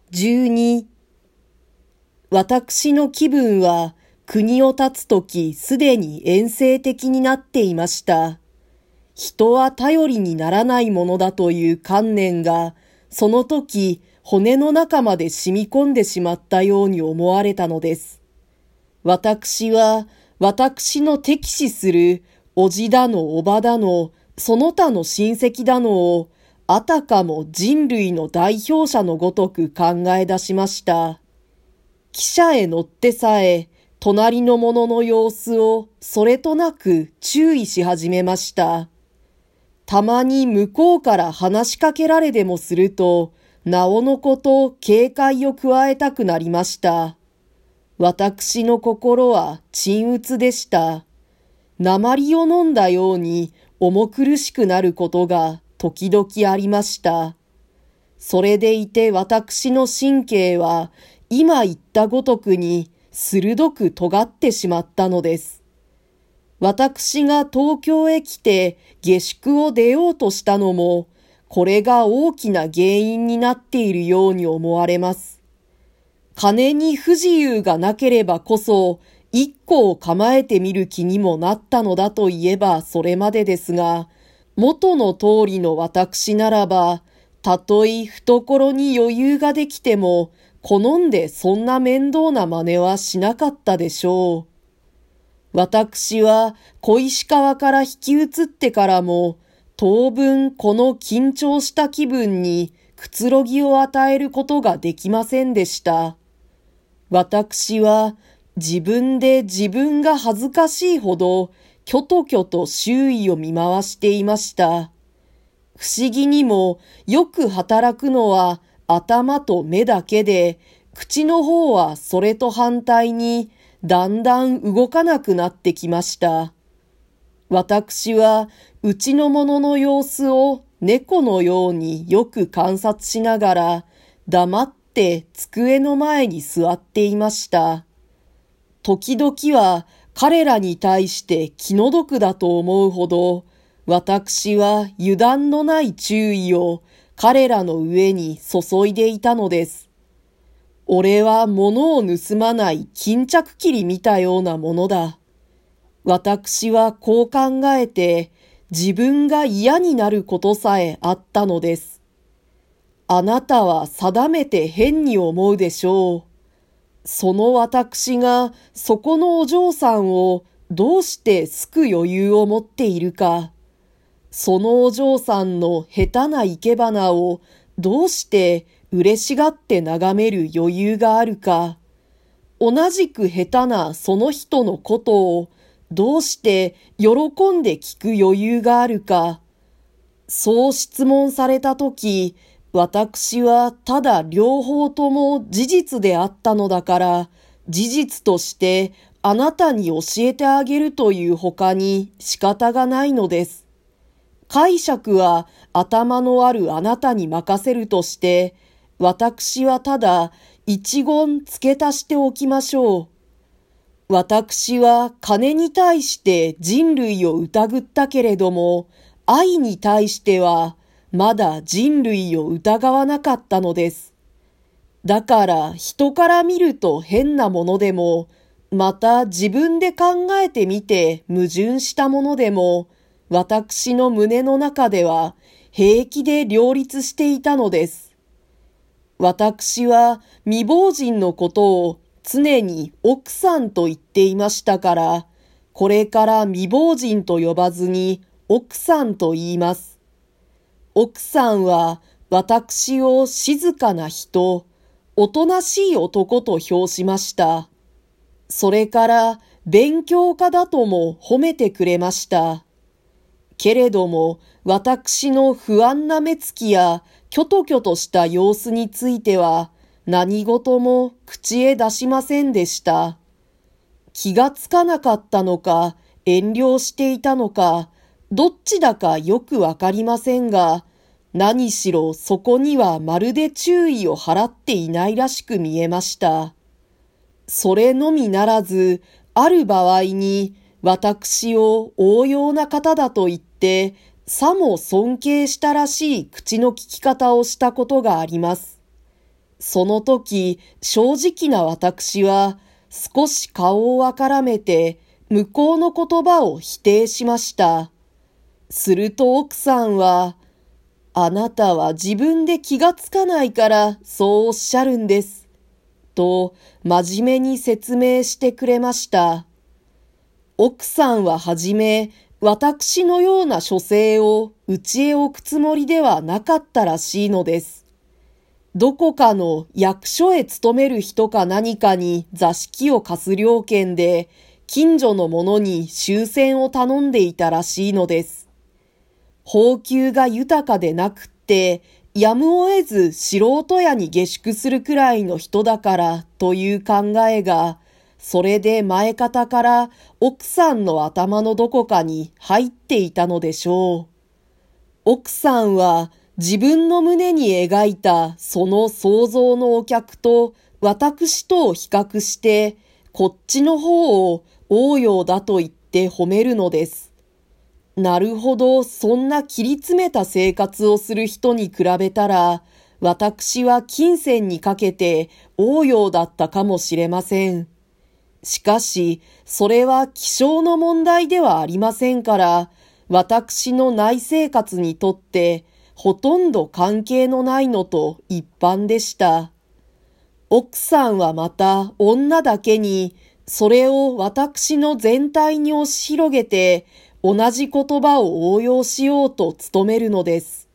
12、私の気分は国を立つときすでに厭世的になっていました。人は頼りにならないものだという観念が、その時骨の中まで染み込んでしまったように思われたのです。私は、私の敵視する叔父だの叔母だの、その他の親戚だのを、あたかも人類の代表者のごとく考え出しました。汽車へ乗ってさえ、隣の者の様子をそれとなく注意し始めました。たまに向こうから話しかけられでもすると、なおのこと警戒を加えたくなりました。私の心は沈鬱でした。鉛を飲んだように重苦しくなることが時々ありました。それでいて私の神経は今言ったごとくに鋭く尖ってしまったのです。私が東京へ来て下宿を出ようとしたのも、これが大きな原因になっているように思われます。金に不自由がなければこそ、一個を構えてみる気にもなったのだといえばそれまでですが、元の通りの私ならば、たとえ懐に余裕ができても、好んでそんな面倒な真似はしなかったでしょう。私は小石川から引き移ってからも、当分この緊張した気分にくつろぎを与えることができませんでした。私は自分で自分が恥ずかしいほどきょときょと周囲を見回していました。不思議にもよく働くのは頭と目だけで、口の方はそれと反対にだんだん動かなくなってきました。私はうちの者の様子を猫のようによく観察しながら黙って机の前に座っていました。時々は彼らに対して気の毒だと思うほど、私は油断のない注意を彼らの上に注いでいたのです。俺は物を盗まない巾着切り見たようなものだ。私はこう考えて自分が嫌になることさえあったのです。あなたは定めて変に思うでしょう。その私がそこのお嬢さんをどうして救く余裕を持っているか。そのお嬢さんの下手な生け花をどうして嬉しがって眺める余裕があるか。同じく下手なその人のことをどうして喜んで聞く余裕があるか。そう質問されたとき、私はただ両方とも事実であったのだから、事実としてあなたに教えてあげるというほかに仕方がないのです。解釈は頭のあるあなたに任せるとして、私はただ一言付け足しておきましょう。私は金に対して人類を疑ったけれども、愛に対してはまだ人類を疑わなかったのです。だから人から見ると変なものでも、また自分で考えてみて矛盾したものでも、私の胸の中では平気で両立していたのです。私は未亡人のことを常に奥さんと言っていましたから、これから未亡人と呼ばずに奥さんと言います。奥さんは私を静かな人、おとなしい男と評しました。それから勉強家だとも褒めてくれました。けれども私の不安な目つきやきょときょとした様子については何事も口へ出しませんでした。気がつかなかったのか遠慮していたのかどっちだかよくわかりませんが、何しろそこにはまるで注意を払っていないらしく見えました。それのみならず、ある場合に私を応用な方だと言って、さも尊敬したらしい口の利き方をしたことがあります。 その時、正直な私は少し顔をあからめて向こうの言葉を否定しました。すると奥さんは、あなたは自分で気がつかないからそうおっしゃるんです。と真面目に説明してくれました。奥さんははじめ、私のような書生を家へ置くつもりではなかったらしいのです。どこかの役所へ勤める人か何かに座敷を貸す料金で、近所の者に終戦を頼んでいたらしいのです。俸給が豊かでなくって、やむを得ず素人屋に下宿するくらいの人だからという考えが、それで前方から奥さんの頭のどこかに入っていたのでしょう。奥さんは自分の胸に描いたその想像のお客と私とを比較して、こっちの方を応用だと言って褒めるのです。なるほど、そんな切り詰めた生活をする人に比べたら、私は金銭にかけて応用だったかもしれません。しかし、それは気性の問題ではありませんから、私の内生活にとってほとんど関係のないのと一般でした。奥さんはまた女だけに、それを私の全体に押し広げて、同じ言葉を応用しようと努めるのです。